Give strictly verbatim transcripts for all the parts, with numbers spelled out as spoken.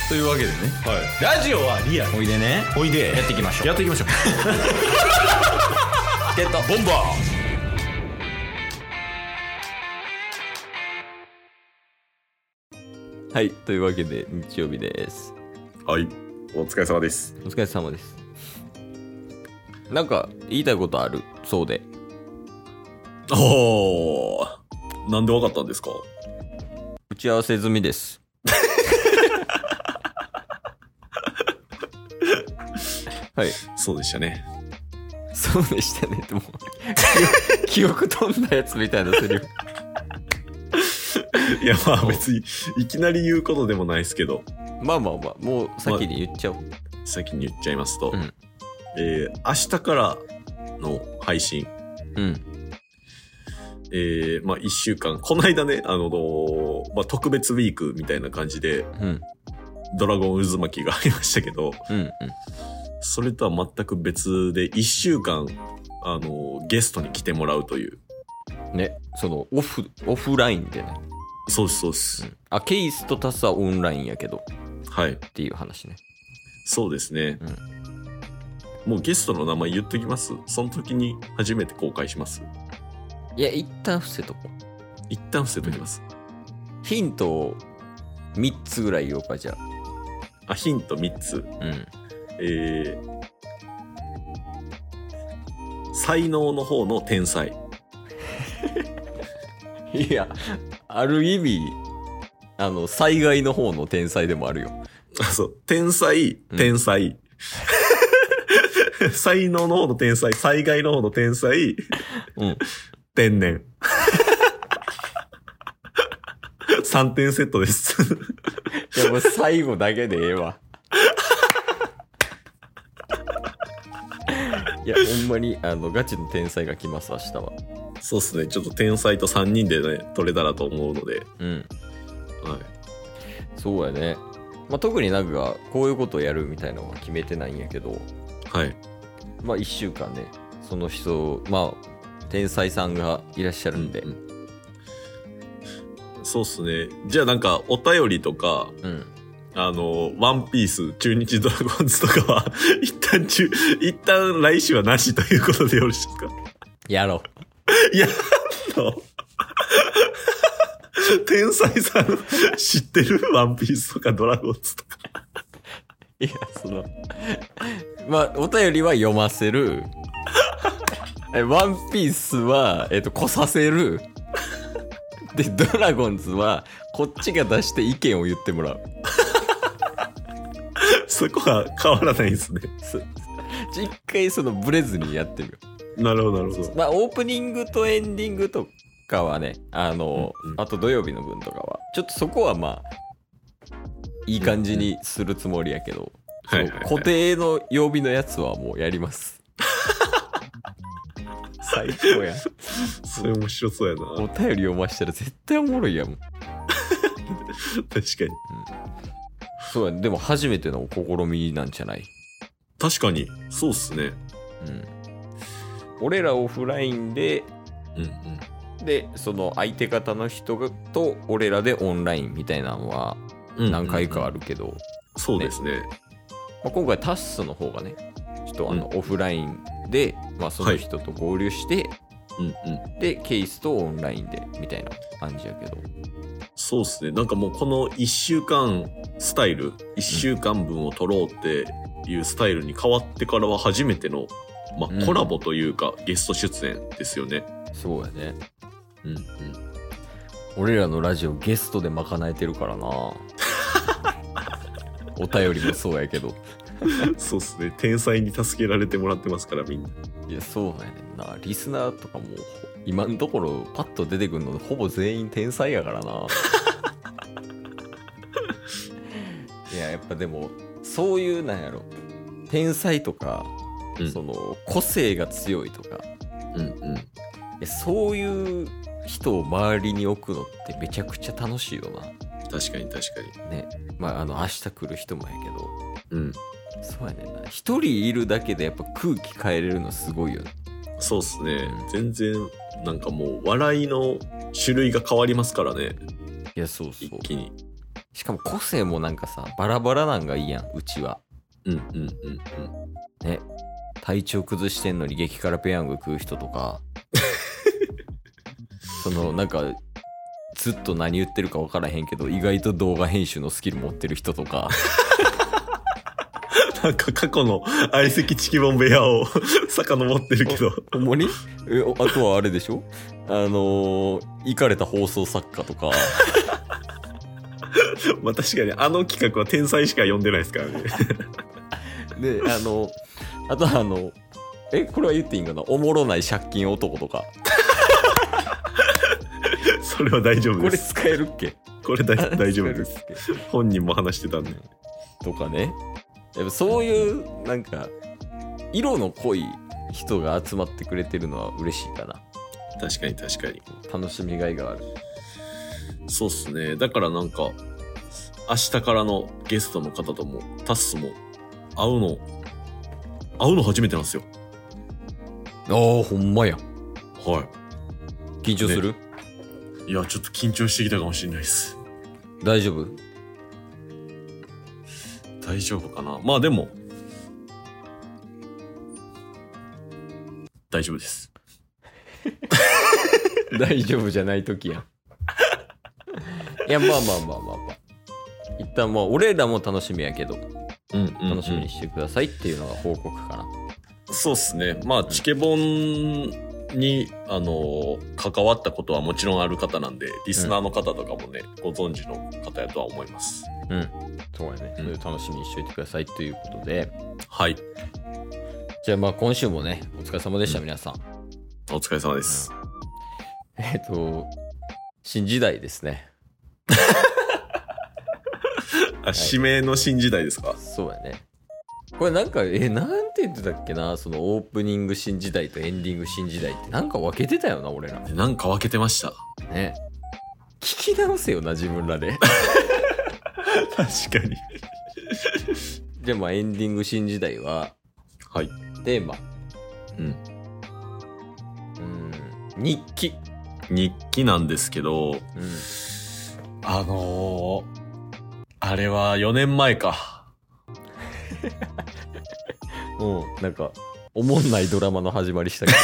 というわけでね、 はい、ラジオはリアル。 おいでね、 おいでやっていきましょう。 やっていきましょうゲットボンバー。はい、というわけで日曜日です。 はい、お疲れ様です。 お疲れ様です。なんか言いたいことあるそうで。 おー、なんでわかったんですか？ 打ち合わせ済みです。はい、 そうでしたね。 そうでしたねってもう記憶飛んだやつみたいなセリフ。 いやまあ別にいきなり言うことでもないですけど、 まあまあまあもう先に言っちゃおう、まあ、先に言っちゃいますと、うん、えー、明日からの配信、 うん、 えー、まあいっしゅうかん、この間ね、あのー、まあ特別ウィークみたいな感じで、うん、ドラゴン渦巻きがありましたけど、 うんうん、 それとは全く別でいっしゅうかん、あのー、ゲストに来てもらうというね、そのオフオフラインでね。 そうですそうです、うん、 あ、ケイスとタスはオンラインやけど、 はいっていう話ね。 そうですね、うん、もうゲストの名前言っときます。その時に初めて公開します。 いや、一旦伏せとこう。 一旦伏せときます、 うん、ヒントをみっつぐらい言おうか。じゃあ、あヒントみっつ、うん、えー、才能の方の天才。 いや、ある意味あの災害の方の天才でもあるよ。 あ、そう、天才天才、うん、才能の方の天才、災害の方の天才、うん、天然。さんてんセットです。 いやもう最後だけでええわ。いやほんまにあのガチの天才が来ます明日は。 そうっすね。ちょっと天才とさんにんでね取れたらと思うので。 うん。 はい。 そうやね。まあ特になんかこういうことをやるみたいなのは決めてないんやけど。 はい。 まあいっしゅうかんね、その人、まあ天才さんがいらっしゃるんで。うんうん、そうっすね。じゃあなんかお便りとか。うん。あの、ワンピース、中日ドラゴンズとかは、一旦中、一旦来週はなしということでよろしいですか？ やろう。やんの？天才さん知ってる？ワンピースとかドラゴンズとか。 いや、その、まあ、お便りは読ませる。ワンピースは、えっと、来させる。で、ドラゴンズは、こっちが出して意見を言ってもらう。 そこは変わらないですね。 一回そのブレずにやってみよう。なるほどなるほど。 まあオープニングとエンディングとかはね、あの、うんうん、あと土曜日の分とかはちょっとそこはまあいい感じにするつもりやけど、うんうん、固定の曜日のやつはもうやります。最高やん。 それ面白そうやな。 お便り読ましたら絶対おもろいやん。確かに。 うん、そうや、でも初めての試みなんじゃない？ 確かにそうっすね。 うん。俺らオフラインで、うんうん、でその相手方の人と俺らでオンラインみたいなのは何回かあるけど、うんうんうん、 そうですね。 まあ、今回タッスの方がね、ちょっとあの、うん、オフラインで、まあ、その人と合流して、はい、うんうん、でケースとオンラインでみたいな感じやけど。 そうですね。なんかもうこのいっしゅうかんスタイル、いっしゅうかんぶんを撮ろうっていうスタイルに変わってからは初めての、まあ、コラボというか、うん、ゲスト出演ですよね。 そうやね。うんうん。俺らのラジオゲストで賄えてるからな。お便りもそうやけど。 そうっすね。天才に助けられてもらってますからみんな。 いやそうやねんな。リスナーとかも今のところパッと出てくるのほぼ全員天才やからな。いややっぱでもそういうなんやろ、天才とか、うん、その個性が強いとか、うんうん、いやそういう人を周りに置くのってめちゃくちゃ楽しいよな。 確かに確かにね。まああの明日来る人もやけど、 うん、 そうやねんな。一人いるだけでやっぱ空気変えれるのすごいよね。 そうっすね、うん、全然なんかもう笑いの種類が変わりますからね。 いやそうそう。 一気にしかも個性もなんかさバラバラなんがいいやんうちは。 うんうんうんうん。 ね、体調崩してんのに激辛ペヤング食う人とかそのなんかずっと何言ってるか分からへんけど意外と動画編集のスキル持ってる人とかなんか過去の相席チキボン部屋を遡ってるけどほんまにえあとはあれでしょあのー、イかれた放送作家とかまあ確かにあの企画は天才しか読んでないですからねであのあとはあのえこれは言っていいんかなおもろない借金男とかそれは大丈夫です。 これ使えるっけ？ これ大丈夫です。本人も話してたんで。 とかね。やっぱそういうなんか色の濃い人が集まってくれてるのは嬉しいかな。 確かに確かに。 楽しみがいがある。 そうっすね。だからなんか明日からのゲストの方ともタッスも会うの会うの初めてなんですよ。 ああほんまや。 はい。 緊張する？ね、 いやちょっと緊張してきたかもしれないです。 大丈夫？ 大丈夫かな。まあでも大丈夫です大丈夫じゃない時やんいやまあまあまあまあまあ一旦まあ俺らも楽しみやけど、うんうんうん、楽しみにしてくださいっていうのが報告かな。 そうっすね。まあチケボンにあの関わったことはもちろんある方なんでリスナーの方とかもね、うん、ご存知の方やとは思います。 うんそうやね、うん、それ楽しみにしておいてくださいということで、 はい。 じゃあまあ今週もねお疲れ様でした、うん、皆さんお疲れ様です、 うん、えっ、ー、と新時代ですねあ、指名の新時代ですか？ そうやね。これなんかえなんて言ってたっけな、そのオープニング新時代とエンディング新時代ってなんか分けてたよな俺ら。 なんか分けてましたね。聞き直せよな自分らで確かにじゃあまあエンディング新時代ははいテーマうんうん日記日記なんですけど、うん、あのー、あれはよねんまえかうん、なんかおもんないドラマの始まりしたけ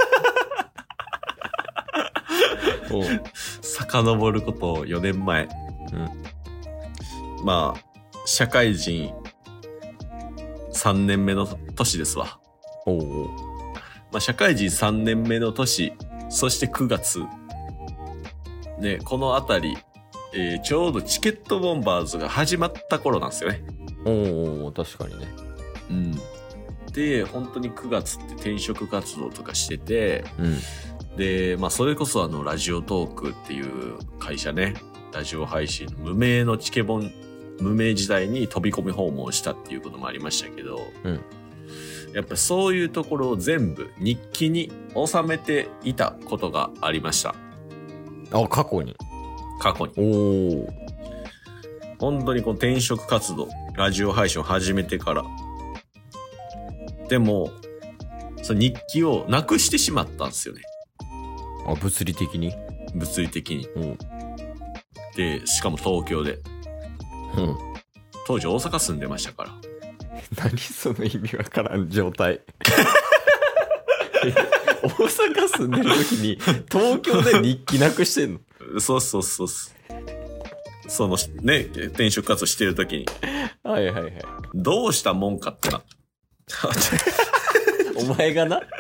ど遡ることよねんまえ、うん、まあ社会人さんねんめの年ですわ。 おうおう、 まあ、社会人さんねんめの年、そしてくがつね、このあたり、えー、ちょうどチケットボンバーズが始まった頃なんですよね。 おうおう、確かにね。 うん。で本当にくがつって転職活動とかしてて、うん、でまあそれこそあのラジオトークっていう会社ね、ラジオ配信の無名のチケボン無名時代に飛び込み訪問したっていうこともありましたけど、うん、やっぱそういうところを全部日記に収めていたことがありました。 あ、過去に過去におー、本当にこの転職活動ラジオ配信を始めてから、でもその日記をなくしてしまったんですよね。 あ、物理的に物理的に、うん、でしかも東京で、うん、当時大阪住んでましたから。 何その意味わからん状態大阪住んでる時に東京で日記なくしてんの？そうそうそうそう、そのね転職活動してる時にはいはいはい、 どうしたもんかってなお前がな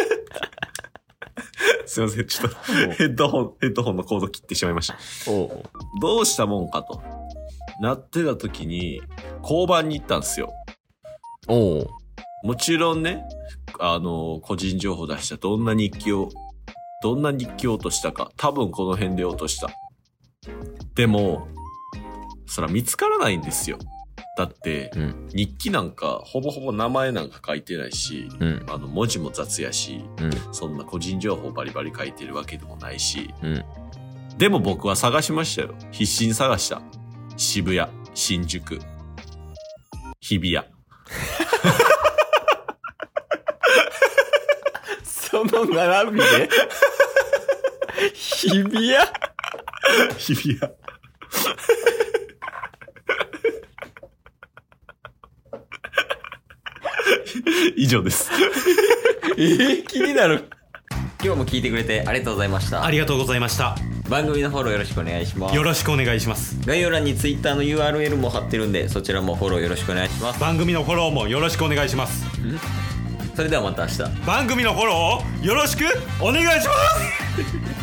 すいません、ちょっとヘッドホンヘッドホンのコード切ってしまいました。おうおう、どうしたもんかとなってた時に交番に行ったんですよ。 おう、 もちろんね、あの個人情報出したどんな日記をどんな日記を落としたか多分この辺で落とした。でもそら見つからないんですよ。だって、うん、日記なんかほぼほぼ名前なんか書いてないし、うん、あの文字も雑やし、うん、そんな個人情報バリバリ書いてるわけでもないし、うん、でも僕は探しましたよ。必死に探した。渋谷、新宿、日比谷その並びで日比谷日比谷以上です。 えー、気になる。今日も聞いてくれてありがとうございました。 ありがとうございました。 番組のフォローよろしくお願いします。 よろしくお願いします。 概要欄に Twitter の ユーアールエル も貼ってるんで、そちらもフォローよろしくお願いします。 番組のフォローもよろしくお願いします。 それではまた明日。 番組のフォローをよろしくお願いします。